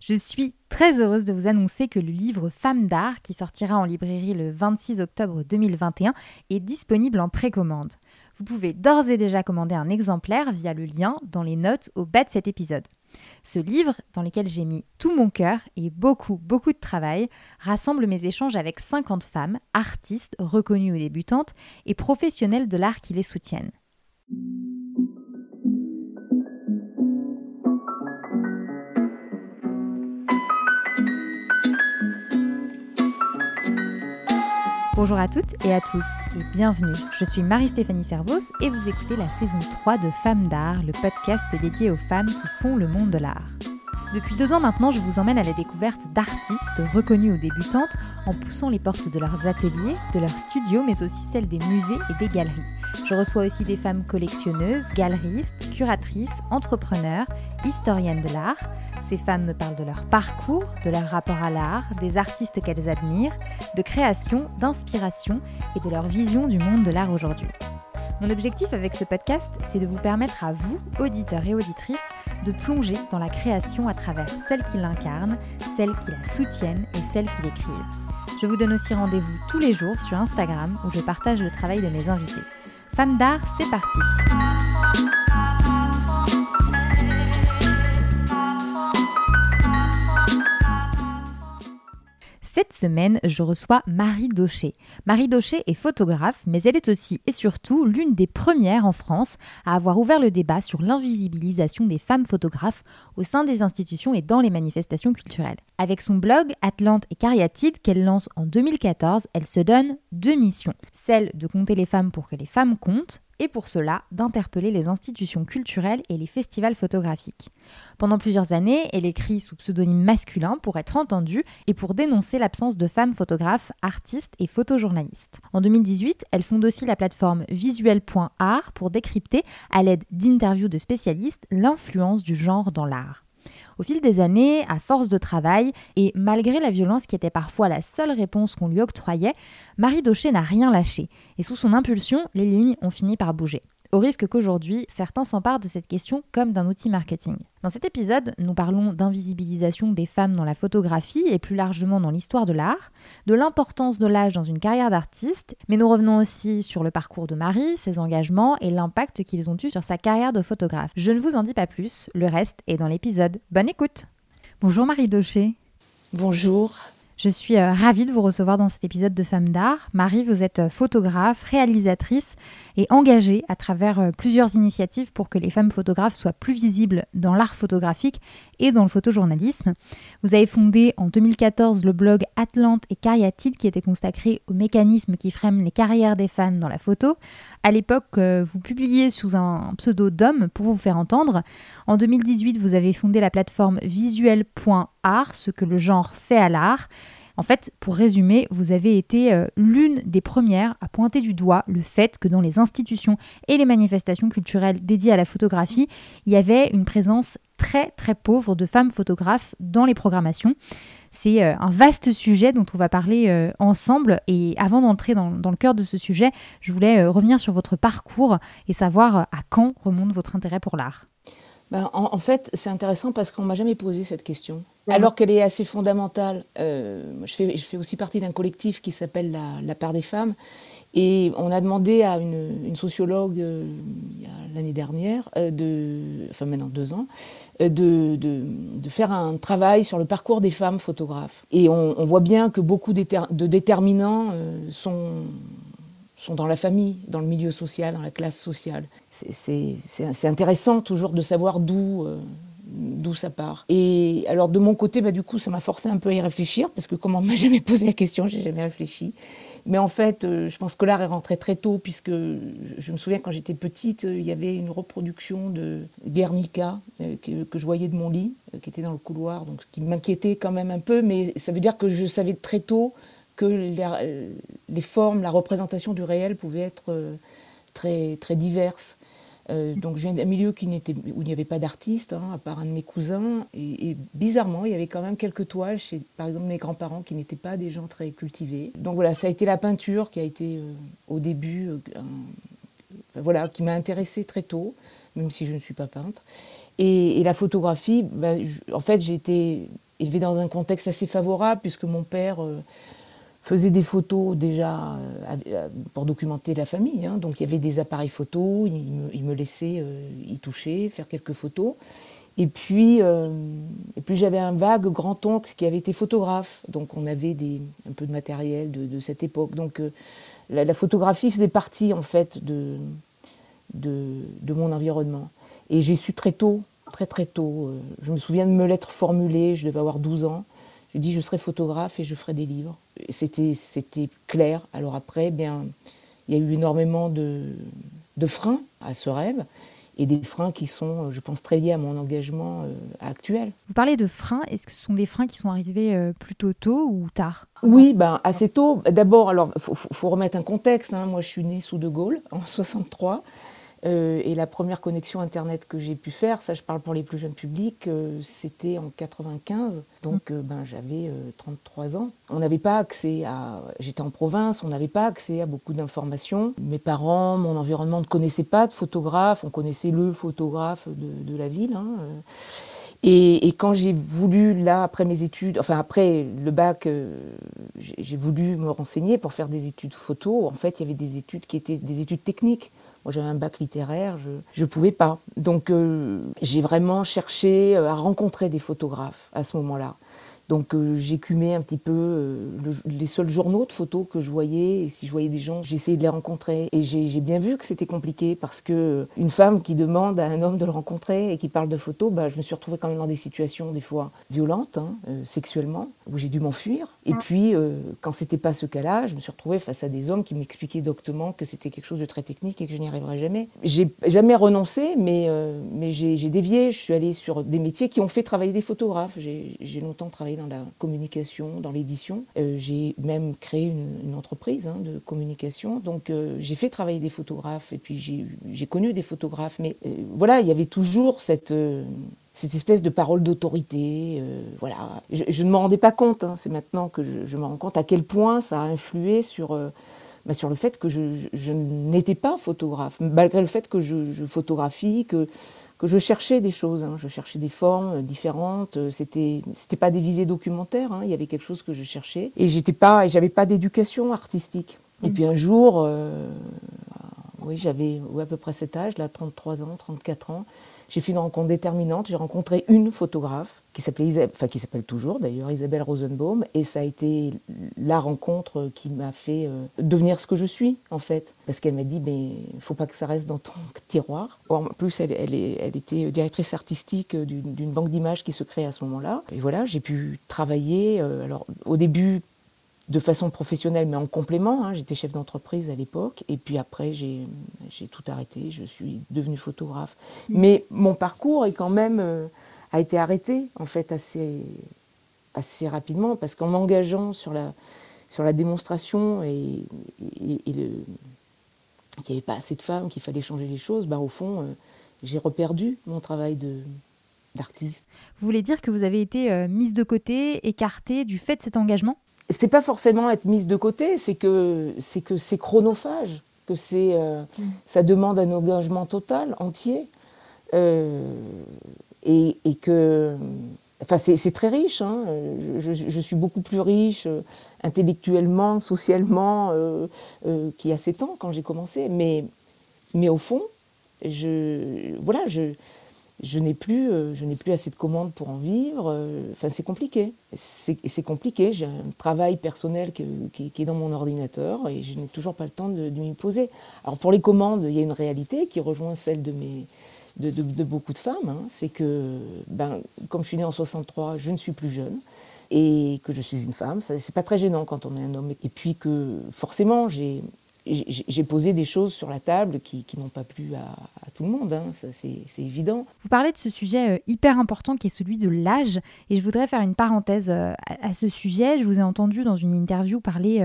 Je suis très heureuse de vous annoncer que le livre Femmes d'art, qui sortira en librairie le 26 octobre 2021, est disponible en précommande. Vous pouvez d'ores et déjà commander un exemplaire via le lien dans les notes au bas de cet épisode. Ce livre, dans lequel j'ai mis tout mon cœur et beaucoup de travail, rassemble mes échanges avec 50 femmes, artistes, reconnues ou débutantes, et professionnelles de l'art qui les soutiennent. Bonjour à toutes et à tous et bienvenue. Je suis Marie-Stéphanie Servos et vous écoutez la saison 3 de Femmes d'art, le podcast dédié aux femmes qui font le monde de l'art. Depuis 2 ans maintenant, je vous emmène à la découverte d'artistes reconnus ou débutantes en poussant les portes de leurs ateliers, de leurs studios, mais aussi celles des musées et des galeries. Je reçois aussi des femmes collectionneuses, galeristes, curatrices, entrepreneurs, historiennes de l'art. Ces femmes me parlent de leur parcours, de leur rapport à l'art, des artistes qu'elles admirent, de création, d'inspiration et de leur vision du monde de l'art aujourd'hui. Mon objectif avec ce podcast, c'est de vous permettre à vous, auditeurs et auditrices, de plonger dans la création à travers celles qui l'incarnent, celles qui la soutiennent et celles qui l'écrivent. Je vous donne aussi rendez-vous tous les jours sur Instagram où je partage le travail de mes invités. Femmes d'art, c'est parti! Cette semaine, je reçois Marie Daucher. Marie Daucher est photographe, mais elle est aussi et surtout l'une des premières en France à avoir ouvert le débat sur l'invisibilisation des femmes photographes au sein des institutions et dans les manifestations culturelles. Avec son blog Atlante et Cariatide qu'elle lance en 2014, elle se donne 2 missions. Celle de compter les femmes pour que les femmes comptent, et pour cela, d'interpeller les institutions culturelles et les festivals photographiques. Pendant plusieurs années, elle écrit sous pseudonyme masculin pour être entendue et pour dénoncer l'absence de femmes photographes, artistes et photojournalistes. En 2018, elle fonde aussi la plateforme visuel.art pour décrypter, à l'aide d'interviews de spécialistes, l'influence du genre dans l'art. Au fil des années, à force de travail, et malgré la violence qui était parfois la seule réponse qu'on lui octroyait, Marie Daucher n'a rien lâché. Et sous son impulsion, les lignes ont fini par bouger. Au risque qu'aujourd'hui, certains s'emparent de cette question comme d'un outil marketing. Dans cet épisode, nous parlons d'invisibilisation des femmes dans la photographie et plus largement dans l'histoire de l'art, de l'importance de l'âge dans une carrière d'artiste, mais nous revenons aussi sur le parcours de Marie, ses engagements et l'impact qu'ils ont eu sur sa carrière de photographe. Je ne vous en dis pas plus, le reste est dans l'épisode. Bonne écoute! Bonjour Marie Daucher. Bonjour. Je suis ravie de vous recevoir dans cet épisode de Femmes d'art. Marie, vous êtes photographe, réalisatrice et engagée à travers plusieurs initiatives pour que les femmes photographes soient plus visibles dans l'art photographique et dans le photojournalisme. Vous avez fondé en 2014 le blog Atlante et Cariatide qui était consacré aux mécanismes qui freinent les carrières des femmes dans la photo. À l'époque, vous publiiez sous un pseudo d'homme pour vous faire entendre. En 2018, vous avez fondé la plateforme visuel.art, ce que le genre fait à l'art. En fait, pour résumer, vous avez été l'une des premières à pointer du doigt le fait que dans les institutions et les manifestations culturelles dédiées à la photographie, il y avait une présence très pauvre de femmes photographes dans les programmations. C'est un vaste sujet dont on va parler ensemble. Et avant d'entrer dans le cœur de ce sujet, je voulais revenir sur votre parcours et savoir à quand remonte votre intérêt pour l'art. En fait, c'est intéressant parce qu'on ne m'a jamais posé cette question. Alors qu'elle est assez fondamentale. Je fais aussi partie d'un collectif qui s'appelle la Part des femmes. Et on a demandé à une sociologue, l'année dernière, maintenant 2 ans, de faire un travail sur le parcours des femmes photographes. Et on voit bien que beaucoup de déterminants sont dans la famille, dans le milieu social, dans la classe sociale. C'est intéressant toujours de savoir d'où ça part. Et alors de mon côté, du coup, ça m'a forcé un peu à y réfléchir, parce que comme on ne m'a jamais posé la question, je n'ai jamais réfléchi. Mais en fait, je pense que l'art est rentré très tôt, puisque je me souviens quand j'étais petite, il y avait une reproduction de Guernica que je voyais de mon lit, qui était dans le couloir, donc qui m'inquiétait quand même un peu, mais ça veut dire que je savais très tôt que les formes, la représentation du réel pouvaient être très diverses. Donc je viens d'un milieu où il n'y avait pas d'artistes, à part un de mes cousins. Et bizarrement, il y avait quand même quelques toiles chez, par exemple, mes grands-parents qui n'étaient pas des gens très cultivés. Donc voilà, ça a été la peinture qui a été au début, qui m'a intéressée très tôt, même si je ne suis pas peintre. Et la photographie, en fait, j'ai été élevée dans un contexte assez favorable, puisque mon père faisait des photos déjà pour documenter la famille. Hein. Donc il y avait des appareils photos, il me laissait y toucher, faire quelques photos. Et puis j'avais un vague grand-oncle qui avait été photographe. Donc on avait un peu de matériel de cette époque. Donc la photographie faisait partie en fait de mon environnement. Et j'ai su très tôt, très tôt, je me souviens de me l'être formulée, je devais avoir 12 ans. Je dis je serai photographe et je ferai des livres. C'était clair. Alors après, bien, il y a eu énormément de freins à ce rêve. Et des freins qui sont, je pense, très liés à mon engagement actuel. Vous parlez de freins, est-ce que ce sont des freins qui sont arrivés plutôt tôt ou tard ? Oui, assez tôt. D'abord, alors, faut remettre un contexte. Hein. Moi, je suis née sous De Gaulle, en 63. Et la première connexion Internet que j'ai pu faire, ça je parle pour les plus jeunes publics, c'était en 95, donc j'avais 33 ans. On n'avait pas accès à... J'étais en province, on n'avait pas accès à beaucoup d'informations. Mes parents, mon environnement ne connaissait pas de photographe, on connaissait le photographe de la ville. Hein. Et quand j'ai voulu, là, après mes études, enfin après le bac, j'ai voulu me renseigner pour faire des études photo. En fait, il y avait des études qui étaient des études techniques. Moi, j'avais un bac littéraire, je pouvais pas. Donc, j'ai vraiment cherché à rencontrer des photographes à ce moment-là. Donc, j'écumais un petit peu les seuls journaux de photos que je voyais. Et si je voyais des gens, j'essayais de les rencontrer. Et j'ai bien vu que c'était compliqué parce que une femme qui demande à un homme de le rencontrer et qui parle de photos, je me suis retrouvée quand même dans des situations des fois violentes, hein, sexuellement, où j'ai dû m'enfuir. Et puis, quand c'était pas ce cas-là, je me suis retrouvée face à des hommes qui m'expliquaient doctement que c'était quelque chose de très technique et que je n'y arriverais jamais. J'ai jamais renoncé, mais j'ai dévié. Je suis allée sur des métiers qui ont fait travailler des photographes. J'ai longtemps travaillé dans la communication, dans l'édition. J'ai même créé une entreprise de communication. Donc j'ai fait travailler des photographes et puis j'ai connu des photographes. Mais voilà, il y avait toujours cette espèce de parole d'autorité. Voilà. Je ne m'en rendais pas compte. Hein. C'est maintenant que je me rends compte à quel point ça a influé sur le fait que je n'étais pas photographe, malgré le fait que je photographie, que je cherchais des choses, hein. Je cherchais des formes différentes, c'était pas des visées documentaires, hein. Il y avait quelque chose que je cherchais, et j'avais pas d'éducation artistique. Et puis un jour, oui, j'avais à peu près cet âge, là, 33 ans, 34 ans, j'ai fait une rencontre déterminante, j'ai rencontré une photographe qui s'appelle toujours d'ailleurs, Isabelle Rosenbaum, et ça a été la rencontre qui m'a fait devenir ce que je suis en fait, parce qu'elle m'a dit mais faut pas que ça reste dans ton tiroir. En plus elle était directrice artistique d'une banque d'images qui se crée à ce moment-là, et voilà, j'ai pu travailler alors au début de façon professionnelle, mais en complément. Hein, j'étais chef d'entreprise à l'époque, et puis après, j'ai tout arrêté, je suis devenue photographe. Mais mon parcours est quand même, a été arrêté, en fait, assez rapidement, parce qu'en m'engageant sur la démonstration et qu'il n'y avait pas assez de femmes, qu'il fallait changer les choses, au fond, j'ai reperdu mon travail d'artiste. Vous voulez dire que vous avez été mise de côté, écartée du fait de cet engagement ? C'est pas forcément être mise de côté, c'est que c'est chronophage, que ça demande un engagement total, entier, et que, enfin c'est très riche. Hein, je suis beaucoup plus riche intellectuellement, socialement qu'il y a 7 ans quand j'ai commencé, mais au fond, je n'ai plus assez de commandes pour en vivre. Enfin, c'est compliqué. C'est compliqué. J'ai un travail personnel qui est dans mon ordinateur et je n'ai toujours pas le temps de m'y poser. Alors, pour les commandes, il y a une réalité qui rejoint celle de beaucoup de femmes. Hein. C'est que, comme je suis née en 63, je ne suis plus jeune et que je suis une femme. C'est pas très gênant quand on est un homme. Et puis que, forcément, j'ai posé des choses sur la table qui n'ont pas plu à tout le monde, hein, ça c'est évident. Vous parlez de ce sujet hyper important qui est celui de l'âge, et je voudrais faire une parenthèse à ce sujet. Je vous ai entendu dans une interview parler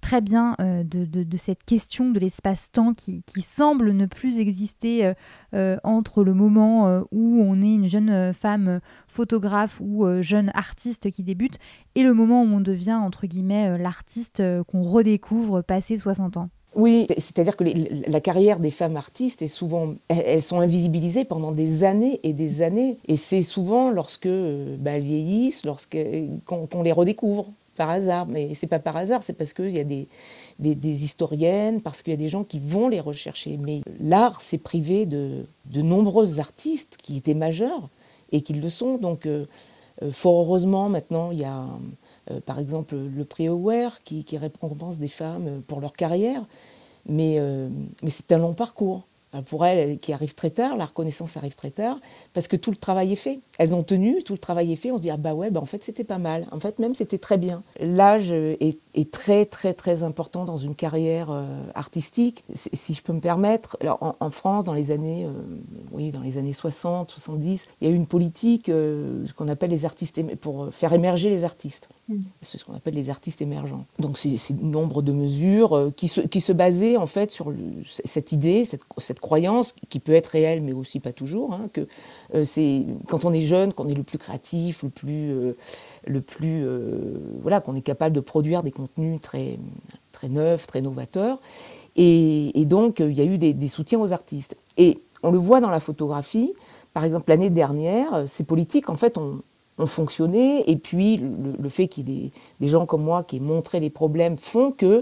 très bien de cette question de l'espace-temps qui semble ne plus exister entre le moment où on est une jeune femme photographe ou jeune artiste qui débute et le moment où on devient, entre guillemets, l'artiste qu'on redécouvre passé 60 ans. Oui, c'est-à-dire que la carrière des femmes artistes est souvent, elles sont invisibilisées pendant des années, et c'est souvent lorsque elles vieillissent, qu'on les redécouvre par hasard. Mais c'est pas par hasard, c'est parce qu'il y a des historiennes, parce qu'il y a des gens qui vont les rechercher. Mais l'art s'est privé de nombreuses artistes qui étaient majeures et qui le sont. Donc, fort heureusement, maintenant, il y a par exemple le prix Aware qui récompense des femmes pour leur carrière. Mais c'est un long parcours. Pour elles, qui arrivent très tard, la reconnaissance arrive très tard, parce que tout le travail est fait. Elles ont tenu, tout le travail est fait, on se dit « Ah bah ouais, en fait c'était pas mal, en fait même c'était très bien ». L'âge est très très très important dans une carrière artistique. Si je peux me permettre, alors en France, dans les années 60, 70, il y a eu une politique qu'on appelle les artistes, pour faire émerger les artistes. C'est ce qu'on appelle les artistes émergents. Donc c'est nombre de mesures qui se basaient en fait sur cette idée, cette croyance qui peut être réelle mais aussi pas toujours, hein, que c'est quand on est jeune qu'on est le plus créatif, voilà, qu'on est capable de produire des contenus très très neufs, très novateurs. Et donc il y a eu des soutiens aux artistes. Et on le voit dans la photographie. Par exemple, l'année dernière, ces politiques en fait ont fonctionné, et puis le fait qu'il y ait des gens comme moi qui aient montré les problèmes font que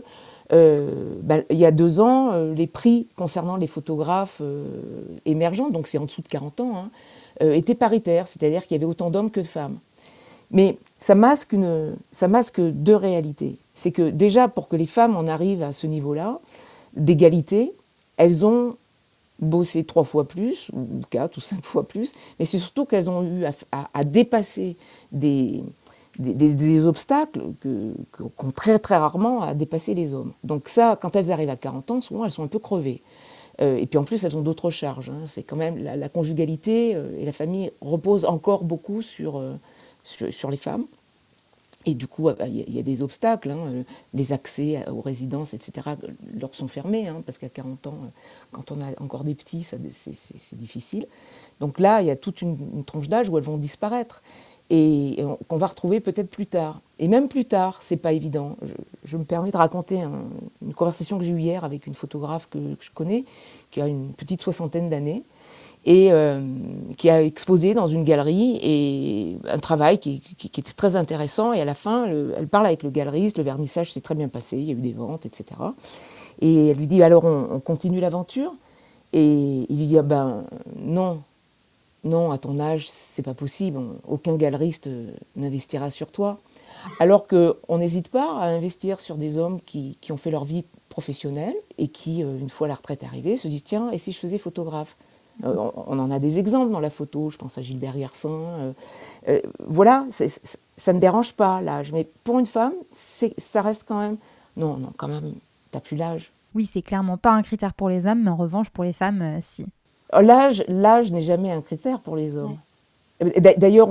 il y a 2 ans, les prix concernant les photographes émergents, donc c'est en dessous de 40 ans, hein, étaient paritaires, c'est-à-dire qu'il y avait autant d'hommes que de femmes. Mais ça masque 2 réalités. C'est que déjà, pour que les femmes en arrivent à ce niveau-là d'égalité, elles ont bossé 3 fois plus, ou 4 ou 5 fois plus, mais c'est surtout qu'elles ont eu à dépasser des obstacles qu'ont très très rarement à dépasser les hommes. Donc ça, quand elles arrivent à 40 ans, souvent elles sont un peu crevées. Et puis en plus, elles ont d'autres charges. Hein. C'est quand même la conjugalité et la famille reposent encore beaucoup sur les femmes. Et du coup, il y a des obstacles, hein, les accès aux résidences, etc., leur sont fermés, hein, parce qu'à 40 ans, quand on a encore des petits, c'est difficile. Donc là, il y a toute une tranche d'âge où elles vont disparaître, et qu'on va retrouver peut-être plus tard. Et même plus tard, c'est pas évident. Je me permets de raconter une conversation que j'ai eue hier avec une photographe que je connais, qui a une petite 60aine d'années, et qui a exposé dans une galerie, et un travail qui était très intéressant. Et à la fin, elle parle avec le galeriste, le vernissage s'est très bien passé, il y a eu des ventes, etc. Et elle lui dit « Alors, on continue l'aventure ?» Et il lui dit « Ah ben non, à ton âge, c'est pas possible, aucun galeriste n'investira sur toi. » Alors qu'on n'hésite pas à investir sur des hommes qui ont fait leur vie professionnelle et qui, une fois la retraite arrivée, se disent « Tiens, et si je faisais photographe ?» On en a des exemples dans la photo, je pense à Gilbert Garcin. Voilà, ça ne dérange pas l'âge. Mais pour une femme, ça reste quand même... Non, quand même, t'as plus l'âge. Oui, c'est clairement pas un critère pour les hommes, mais en revanche, pour les femmes, si. L'âge n'est jamais un critère pour les hommes. Ouais. D'ailleurs,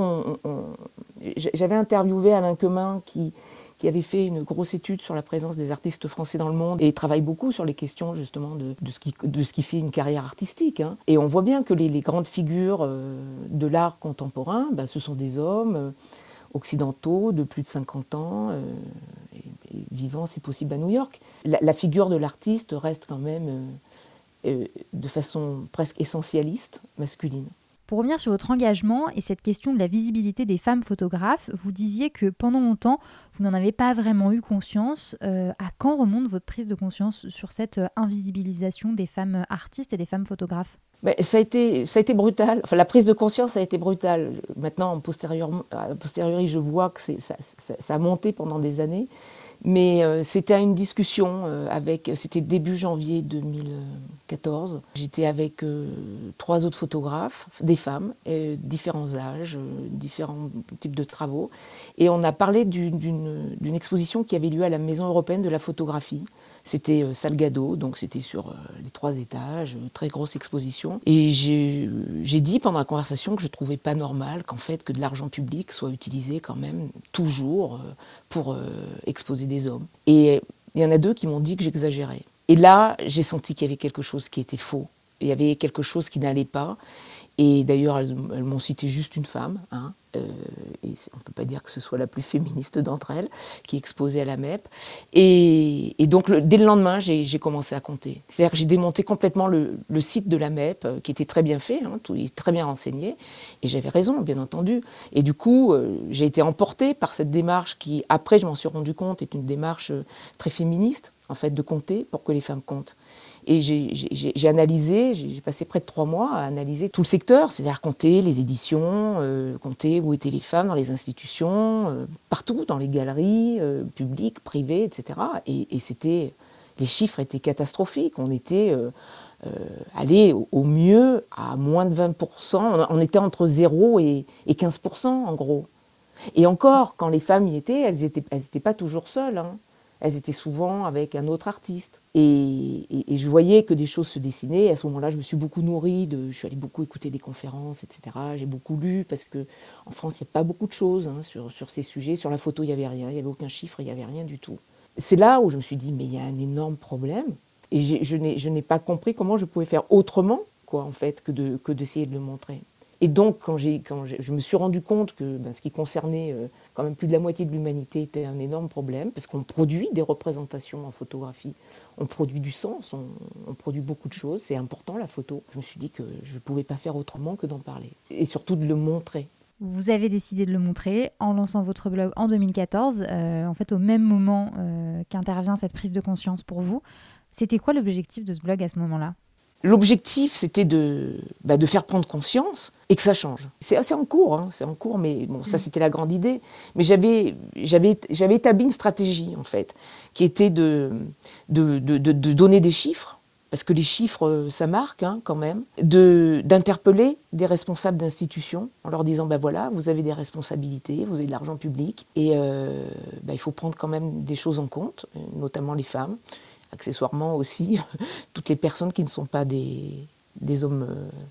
j'avais interviewé Alain Quemin qui avait fait une grosse étude sur la présence des artistes français dans le monde et travaille beaucoup sur les questions justement de ce qui fait une carrière artistique. Hein. Et on voit bien que les grandes figures de l'art contemporain, ce sont des hommes occidentaux de plus de 50 ans, et vivant si possible à New York. La figure de l'artiste reste quand même de façon presque essentialiste masculine. Pour revenir sur votre engagement et cette question de la visibilité des femmes photographes, vous disiez que pendant longtemps, vous n'en avez pas vraiment eu conscience. À quand remonte votre prise de conscience sur cette invisibilisation des femmes artistes et des femmes photographes ? Ça a été brutal. Enfin, la prise de conscience a été brutale. Maintenant, a posteriori, je vois que ça a monté pendant des années. Mais c'était une discussion c'était début janvier 2014. J'étais avec 3 autres photographes, des femmes, différents âges, différents types de travaux. Et on a parlé d'une exposition qui avait lieu à la Maison européenne de la photographie. C'était Salgado, donc c'était sur les 3 étages, très grosse exposition. Et j'ai dit pendant la conversation que je trouvais pas normal qu'en fait que de l'argent public soit utilisé quand même toujours pour exposer des hommes. Et Il y en a 2 qui m'ont dit que j'exagérais. Et là, j'ai senti qu'il y avait quelque chose qui était faux. Il y avait quelque chose qui n'allait pas. Et d'ailleurs, elles m'ont cité juste une femme, hein, et on ne peut pas dire que ce soit la plus féministe d'entre elles, qui est exposée à la MEP. Et donc, dès le lendemain, j'ai commencé à compter. C'est-à-dire que j'ai démonté complètement le site de la MEP, qui était très bien fait, hein, tout est très bien renseigné, et j'avais raison, bien entendu. Et du coup, j'ai été emportée par cette démarche qui, après, je m'en suis rendu compte, est une démarche très féministe, en fait, de compter pour que les femmes comptent. Et j'ai analysé, j'ai passé près de 3 mois à analyser tout le secteur, c'est-à-dire compter les éditions, compter où étaient les femmes dans les institutions, partout, dans les galeries, publiques, privées, etc. Et les chiffres étaient catastrophiques. On était allé au mieux à moins de 20%. On était entre 0 et 15% en gros. Et encore, quand les femmes y étaient, elles étaient pas toujours seules, hein. Elles étaient souvent avec un autre artiste. Et je voyais que des choses se dessinaient. À ce moment-là, je me suis beaucoup nourrie, je suis allée beaucoup écouter des conférences, etc. J'ai beaucoup lu, parce qu'en France, il n'y a pas beaucoup de choses, hein, sur ces sujets. Sur la photo, il n'y avait rien, il n'y avait aucun chiffre, il n'y avait rien du tout. C'est là où je me suis dit, mais il y a un énorme problème. Et je n'ai pas compris comment je pouvais faire autrement, quoi, en fait, que d'essayer de le montrer. Et donc, quand je me suis rendu compte que ce qui concernait quand même plus de la moitié de l'humanité était un énorme problème, parce qu'on produit des représentations en photographie, on produit du sens, on produit beaucoup de choses, c'est important la photo. Je me suis dit que je ne pouvais pas faire autrement que d'en parler, et surtout de le montrer. Vous avez décidé de le montrer en lançant votre blog en 2014, en fait au même moment qu'intervient cette prise de conscience pour vous. C'était quoi l'objectif de ce blog à ce moment-là ? L'objectif, c'était de faire prendre conscience et que ça change. C'est en cours, hein, c'est en cours, mais bon, ça c'était la grande idée. Mais j'avais établi une stratégie, en fait, qui était de donner des chiffres, parce que les chiffres, ça marque, hein, quand même, d'interpeller des responsables d'institutions en leur disant, voilà, vous avez des responsabilités, vous avez de l'argent public, et il faut prendre quand même des choses en compte, notamment les femmes. Accessoirement aussi, toutes les personnes qui ne sont pas des hommes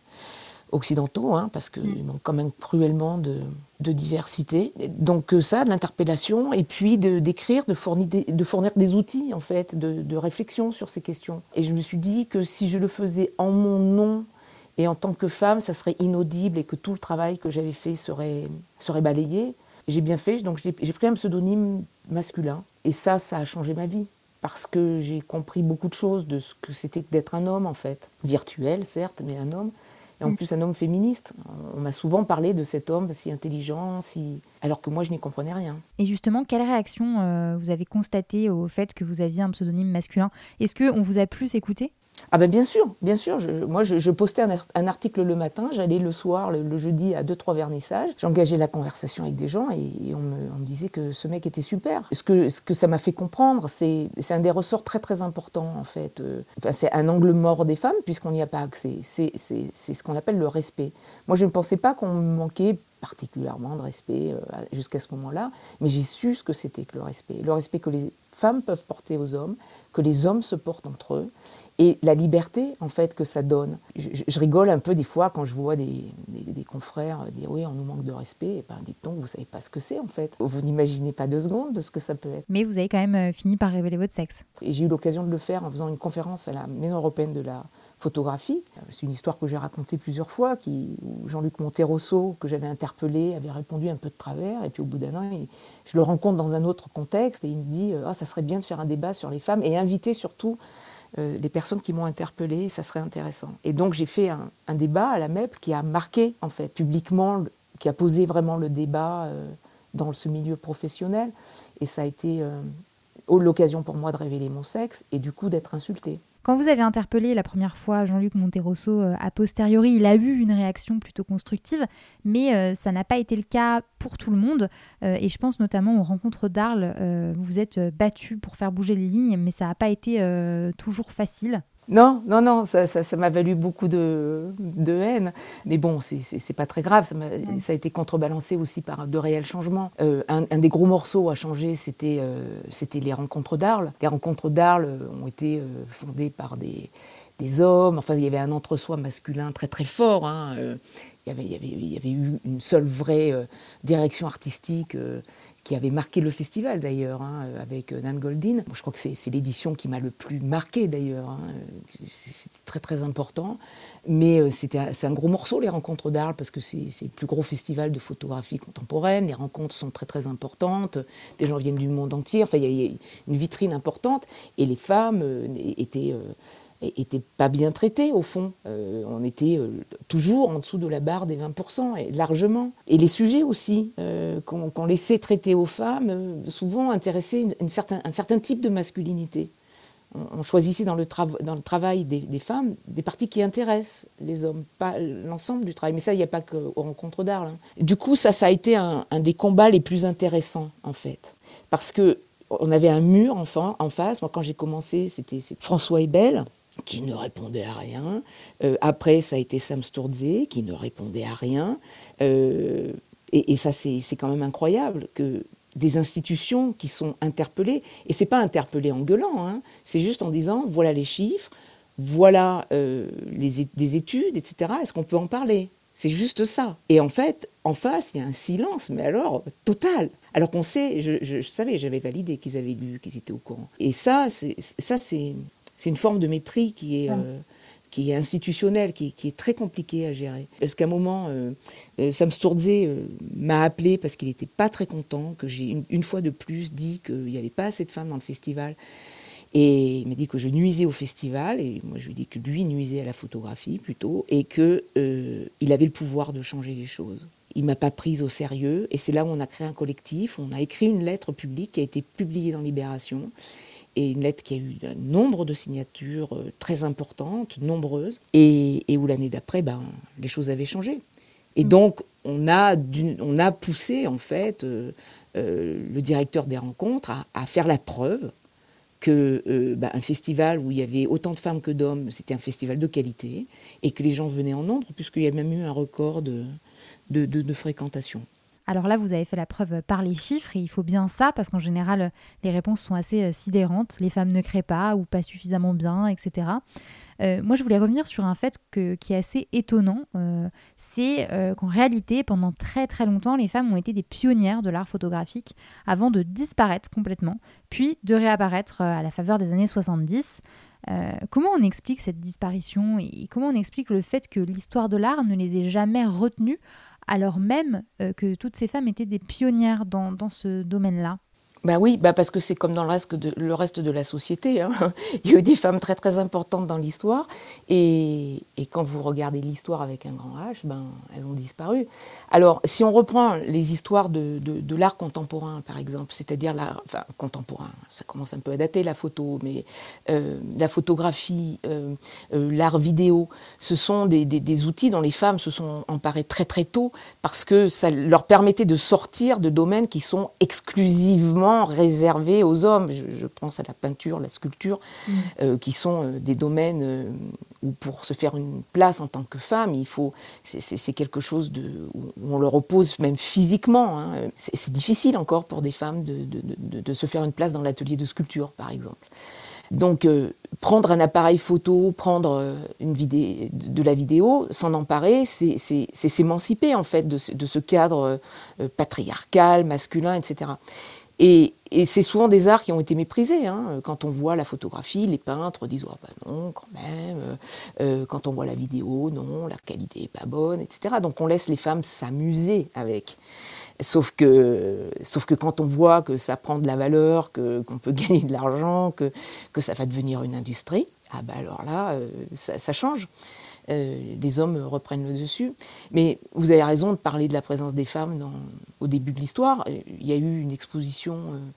occidentaux, hein, parce qu'il manque quand même cruellement de diversité. Donc ça, de l'interpellation, et puis d'écrire, de fournir des outils, en fait, de réflexion sur ces questions. Et je me suis dit que si je le faisais en mon nom et en tant que femme, ça serait inaudible et que tout le travail que j'avais fait serait balayé. Et j'ai bien fait, donc j'ai pris un pseudonyme masculin. Et ça a changé ma vie. Parce que j'ai compris beaucoup de choses de ce que c'était d'être un homme, en fait. Virtuel, certes, mais un homme. Et en plus, un homme féministe. On m'a souvent parlé de cet homme si intelligent, alors que moi, je n'y comprenais rien. Et justement, quelle réaction vous avez constatée au fait que vous aviez un pseudonyme masculin ? Est-ce qu'on vous a plus écouté ? Ah bien sûr. Moi, je postais un article le matin, j'allais le soir, le jeudi à 2-3 vernissages. J'engageais la conversation avec des gens et on me disait que ce mec était super. Ce que ça m'a fait comprendre, c'est un des ressorts très très importants, en fait. C'est un angle mort des femmes, puisqu'on n'y a pas accès. C'est ce qu'on appelle le respect. Moi, je ne pensais pas qu'on me manquait particulièrement de respect jusqu'à ce moment-là, mais j'ai su ce que c'était que le respect. Le respect que les femmes peuvent porter aux hommes, que les hommes se portent entre eux, et la liberté, en fait, que ça donne. Je rigole un peu des fois quand je vois des confrères dire « oui, on nous manque de respect ». Et dites donc, vous ne savez pas ce que c'est, en fait. Vous n'imaginez pas 2 secondes de ce que ça peut être. Mais vous avez quand même fini par révéler votre sexe. Et j'ai eu l'occasion de le faire en faisant une conférence à la Maison européenne de la photographie. C'est une histoire que j'ai racontée plusieurs fois, où Jean-Luc Monterosso, que j'avais interpellé, avait répondu un peu de travers. Et puis au bout d'un an, je le rencontre dans un autre contexte et il me dit « ça serait bien de faire un débat sur les femmes et inviter surtout les personnes qui m'ont interpellée, ça serait intéressant ». Et donc j'ai fait un débat à la MEP qui a marqué, en fait, publiquement, qui a posé vraiment le débat dans ce milieu professionnel. Et ça a été l'occasion pour moi de révéler mon sexe et du coup d'être insultée. Quand vous avez interpellé la première fois Jean-Luc Monterosso a posteriori, il a eu une réaction plutôt constructive, mais ça n'a pas été le cas pour tout le monde. Et je pense notamment aux rencontres d'Arles, vous vous êtes battu pour faire bouger les lignes, mais ça n'a pas été toujours facile. Non, ça m'a valu beaucoup de haine. Mais bon, c'est pas très grave, ça a été contrebalancé aussi par de réels changements. Un des gros morceaux à changer, c'était les rencontres d'Arles. Les rencontres d'Arles ont été fondées par des des hommes. Enfin, il y avait un entre-soi masculin très très fort. Hein. Il y avait eu une seule vraie direction artistique qui avait marqué le festival d'ailleurs, hein, avec Nan Goldin. Bon, je crois que c'est l'édition qui m'a le plus marqué d'ailleurs. Hein. C'était très très important. Mais c'est un gros morceau, les rencontres d'Arles, parce que c'est le plus gros festival de photographie contemporaine. Les rencontres sont très très importantes. Des gens viennent du monde entier. Enfin, il y a une vitrine importante. Et les femmes étaient pas bien traitées, au fond. On était toujours en dessous de la barre des 20%, et largement. Et les sujets aussi, qu'on laissait traiter aux femmes, souvent intéressaient un certain type de masculinité. On choisissait dans le travail des femmes des parties qui intéressent les hommes, pas l'ensemble du travail. Mais ça, il n'y a pas qu'aux rencontres d'Arles. Hein. Du coup, ça a été un des combats les plus intéressants, en fait. Parce qu'on avait un mur en face. Moi, quand j'ai commencé, c'était François Ebel, qui ne répondait à rien. Après, ça a été Sam Sturze, qui ne répondait à rien. Et ça, c'est quand même incroyable que des institutions qui sont interpellées, et c'est pas interpellé en gueulant, hein, c'est juste en disant, voilà les chiffres, voilà des études, etc. Est-ce qu'on peut en parler ? C'est juste ça. Et en fait, en face, il y a un silence, mais alors, total. Alors qu'on sait, je savais, j'avais validé qu'ils avaient lu, qu'ils étaient au courant. Et ça, c'est une forme de mépris qui est institutionnelle, qui est très compliquée à gérer. Parce qu'à un moment, Sam Sturze m'a appelé parce qu'il n'était pas très content, que j'ai une fois de plus dit qu'il n'y avait pas assez de femmes dans le festival. Et il m'a dit que je nuisais au festival, et moi je lui ai dit que lui nuisait à la photographie plutôt, et qu'il avait le pouvoir de changer les choses. Il ne m'a pas prise au sérieux, et c'est là où on a créé un collectif, on a écrit une lettre publique qui a été publiée dans Libération, et une lettre qui a eu un nombre de signatures très importantes, nombreuses, et où l'année d'après, les choses avaient changé. Et donc, on a poussé, en fait, le directeur des rencontres à faire la preuve qu'un festival où il y avait autant de femmes que d'hommes, c'était un festival de qualité, et que les gens venaient en nombre, puisqu'il y a même eu un record de fréquentation. Alors là, vous avez fait la preuve par les chiffres, et il faut bien ça, parce qu'en général, les réponses sont assez sidérantes. Les femmes ne créent pas, ou pas suffisamment bien, etc. Moi, je voulais revenir sur un fait qui est assez étonnant. C'est qu'en réalité, pendant très très longtemps, les femmes ont été des pionnières de l'art photographique avant de disparaître complètement, puis de réapparaître à la faveur des années 70. Comment on explique cette disparition, et comment on explique le fait que l'histoire de l'art ne les ait jamais retenues, alors même que toutes ces femmes étaient des pionnières dans ce domaine-là ? Oui, parce que c'est comme dans le reste de la société. Hein. Il y a eu des femmes très très importantes dans l'histoire, et quand vous regardez l'histoire avec un grand H, elles ont disparu. Alors, si on reprend les histoires de l'art contemporain, par exemple, c'est-à-dire l'art contemporain, ça commence un peu à dater la photo, mais la photographie, l'art vidéo, ce sont des outils dont les femmes se sont emparées très très tôt, parce que ça leur permettait de sortir de domaines qui sont exclusivement réservés aux hommes. Je pense à la peinture, la sculpture, qui sont des domaines où pour se faire une place en tant que femme, c'est quelque chose où on leur oppose même physiquement. Hein. C'est difficile encore pour des femmes de se faire une place dans l'atelier de sculpture, par exemple. Donc, prendre un appareil photo, prendre de la vidéo, s'en emparer, c'est s'émanciper en fait de ce cadre patriarcal, masculin, etc. Et c'est souvent des arts qui ont été méprisés. Hein. Quand on voit la photographie, les peintres disent « non, quand même ». Quand on voit la vidéo, non, la qualité n'est pas bonne, etc. Donc on laisse les femmes s'amuser avec. Sauf que quand on voit que ça prend de la valeur, qu'on peut gagner de l'argent, que ça va devenir une industrie, alors là, ça change. Les hommes reprennent le dessus. Mais vous avez raison de parler de la présence des femmes au début de l'histoire. Il y a eu une exposition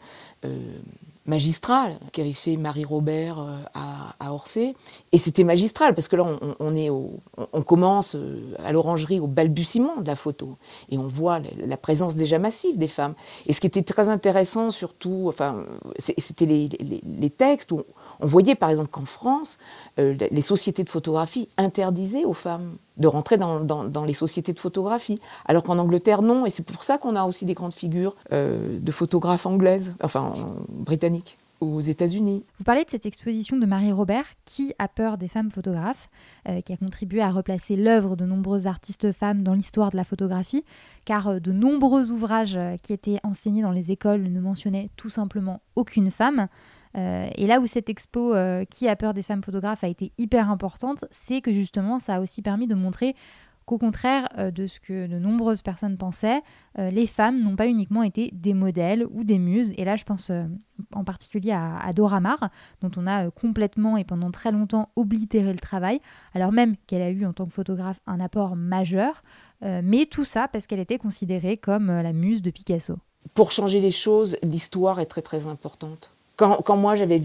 magistrale qu'avait fait Marie Robert à Orsay. Et c'était magistral, parce que là, on commence à l'Orangerie au balbutiement de la photo. Et on voit la présence déjà massive des femmes. Et ce qui était très intéressant, surtout, c'était les textes où on voyait, par exemple, qu'en France, les sociétés de photographie interdisaient aux femmes de rentrer dans les sociétés de photographie, alors qu'en Angleterre, non. Et c'est pour ça qu'on a aussi des grandes figures de photographes anglaises, britanniques. aux États-Unis. Vous parlez de cette exposition de Marie Robert, Qui a peur des femmes photographes, qui a contribué à replacer l'œuvre de nombreuses artistes femmes dans l'histoire de la photographie, car de nombreux ouvrages qui étaient enseignés dans les écoles ne mentionnaient tout simplement aucune femme. Et là où cette expo Qui a peur des femmes photographes a été hyper importante, c'est que justement ça a aussi permis de montrer qu'au contraire de ce que de nombreuses personnes pensaient, les femmes n'ont pas uniquement été des modèles ou des muses. Et là, je pense en particulier à Dora Maar, dont on a complètement et pendant très longtemps oblitéré le travail, alors même qu'elle a eu en tant que photographe un apport majeur, mais tout ça parce qu'elle était considérée comme la muse de Picasso. Pour changer les choses, l'histoire est très très importante. Quand moi j'avais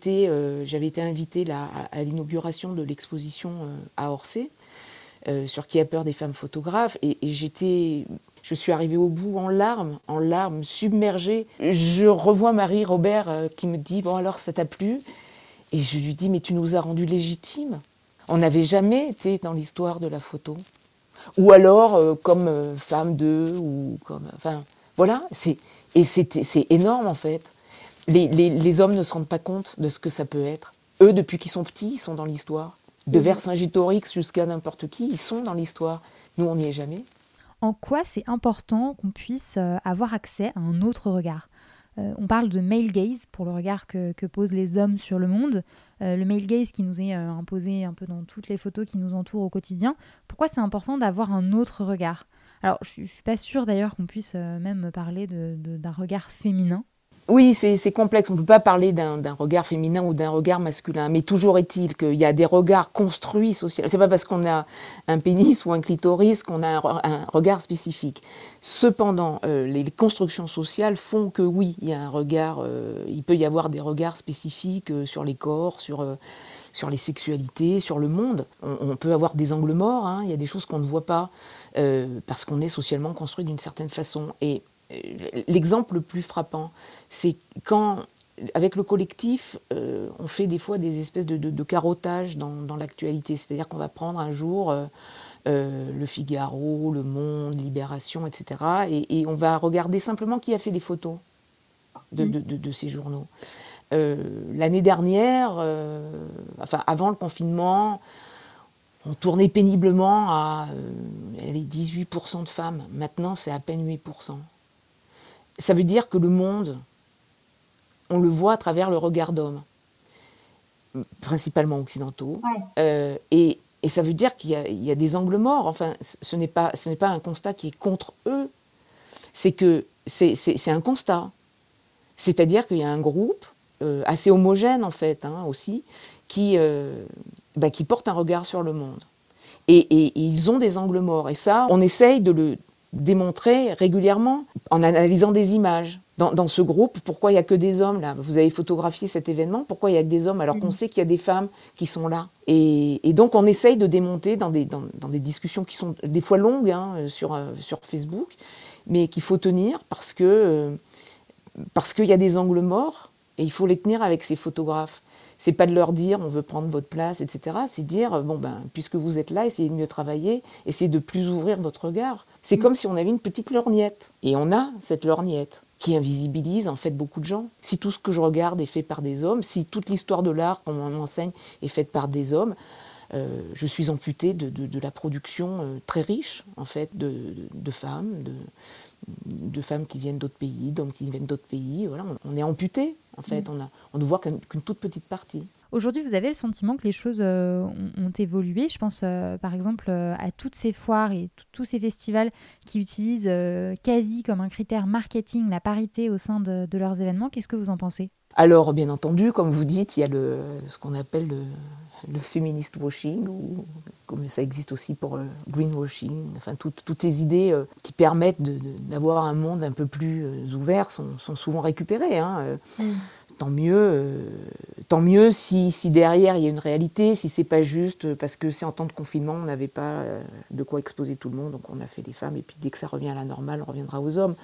été invitée là, à l'inauguration de l'exposition à Orsay, sur Qui a peur des femmes photographes, et je suis arrivée au bout en larmes, submergée. Je revois Marie Robert qui me dit « Bon alors, ça t'a plu ?» Et je lui dis « Mais tu nous as rendus légitimes. On n'avait jamais été dans l'histoire de la photo. » Ou alors comme femme d'eux, ou comme... Enfin, voilà, c'est énorme en fait. Les hommes ne se rendent pas compte de ce que ça peut être. Eux, depuis qu'ils sont petits, ils sont dans l'histoire. De Vercingétorix jusqu'à n'importe qui, ils sont dans l'histoire. Nous, on n'y est jamais. En quoi c'est important qu'on puisse avoir accès à un autre regard ? On parle de male gaze pour le regard que posent les hommes sur le monde. Le male gaze qui nous est imposé un peu dans toutes les photos qui nous entourent au quotidien. Pourquoi c'est important d'avoir un autre regard ? Alors, je ne suis pas sûre d'ailleurs qu'on puisse même parler d'un regard féminin. Oui, c'est complexe. On ne peut pas parler d'un regard féminin ou d'un regard masculin. Mais toujours est-il qu'il y a des regards construits socialement. C'est pas parce qu'on a un pénis ou un clitoris qu'on a un regard spécifique. Cependant, les constructions sociales font que oui, il y a un regard. Il peut y avoir des regards spécifiques sur les corps, sur les sexualités, sur le monde. On peut avoir des angles morts. Hein. Il y a des choses qu'on ne voit pas parce qu'on est socialement construit d'une certaine façon. Et l'exemple le plus frappant, c'est quand, avec le collectif, on fait des fois des espèces de carottage dans l'actualité. C'est-à-dire qu'on va prendre un jour Le Figaro, Le Monde, Libération, etc. Et on va regarder simplement qui a fait les photos de ces journaux. L'année dernière, avant le confinement, on tournait péniblement à les 18% de femmes. Maintenant, c'est à peine 8%. Ça veut dire que le monde, on le voit à travers le regard d'hommes, principalement occidentaux. Ouais. Et ça veut dire qu'il y a des angles morts. Enfin, ce n'est pas un constat qui est contre eux. C'est un constat. C'est-à-dire qu'il y a un groupe assez homogène, en fait, aussi, qui porte un regard sur le monde. Et ils ont des angles morts. Et ça, on essaye de le démontrer régulièrement en analysant des images. Dans ce groupe, pourquoi il n'y a que des hommes là ? Vous avez photographié cet événement, pourquoi il n'y a que des hommes alors qu'on sait qu'il y a des femmes qui sont là ? Et donc on essaye de démonter dans des discussions qui sont des fois longues sur Facebook, mais qu'il faut tenir parce qu'il y a des angles morts et il faut les tenir avec ces photographes. C'est pas de leur dire on veut prendre votre place, etc. C'est dire puisque vous êtes là, essayez de mieux travailler, essayez de plus ouvrir votre regard. C'est comme si on avait une petite lorgnette. Et on a cette lorgnette qui invisibilise en fait beaucoup de gens. Si tout ce que je regarde est fait par des hommes, si toute l'histoire de l'art qu'on m'enseigne est faite par des hommes, je suis amputée de la production très riche en fait de femmes, de femmes qui viennent d'autres pays, d'hommes qui viennent d'autres pays. Voilà, on est amputé en fait. On ne voit qu'une toute petite partie. Aujourd'hui, vous avez le sentiment que les choses ont évolué. Je pense par exemple à toutes ces foires et tous ces festivals qui utilisent quasi comme un critère marketing la parité au sein de leurs événements. Qu'est-ce que vous en pensez ? Alors, bien entendu, comme vous dites, il y a ce qu'on appelle le feminist washing, ou comme ça existe aussi pour le greenwashing. Enfin, toutes ces idées qui permettent d'avoir un monde un peu plus ouvert sont souvent récupérées. Tant mieux si derrière il y a une réalité, si c'est pas juste parce que c'est en temps de confinement, on n'avait pas de quoi exposer tout le monde, donc on a fait des femmes, et puis dès que ça revient à la normale, on reviendra aux hommes.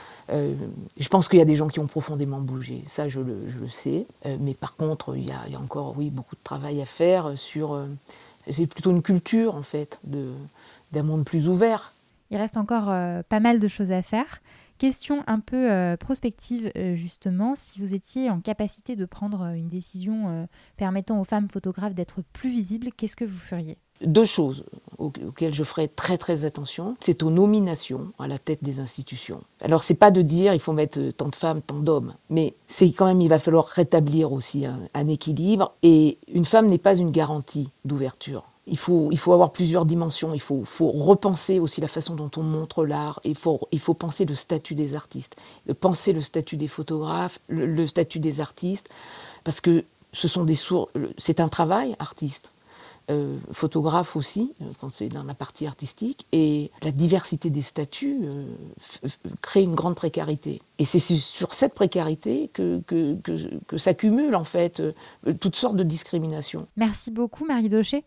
Je pense qu'il y a des gens qui ont profondément bougé, ça je le sais, mais par contre il y a encore beaucoup de travail à faire sur... c'est plutôt une culture en fait d'un monde plus ouvert. Il reste encore pas mal de choses à faire. Question un peu prospective, justement. Si vous étiez en capacité de prendre une décision permettant aux femmes photographes d'être plus visibles, qu'est-ce que vous feriez ? 2 choses auxquelles je ferai très très attention, c'est aux nominations à la tête des institutions. Alors c'est pas de dire il faut mettre tant de femmes, tant d'hommes, mais c'est quand même, il va falloir rétablir aussi un équilibre, et une femme n'est pas une garantie d'ouverture. Il faut avoir plusieurs dimensions, il faut repenser aussi la façon dont on montre l'art, il faut penser le statut des artistes, penser le statut des photographes, le statut des artistes, parce que c'est un travail artiste. Photographe aussi, quand c'est dans la partie artistique, et la diversité des statuts crée une grande précarité. Et c'est sur cette précarité que s'accumulent en fait toutes sortes de discriminations. Merci beaucoup Marie Daucher.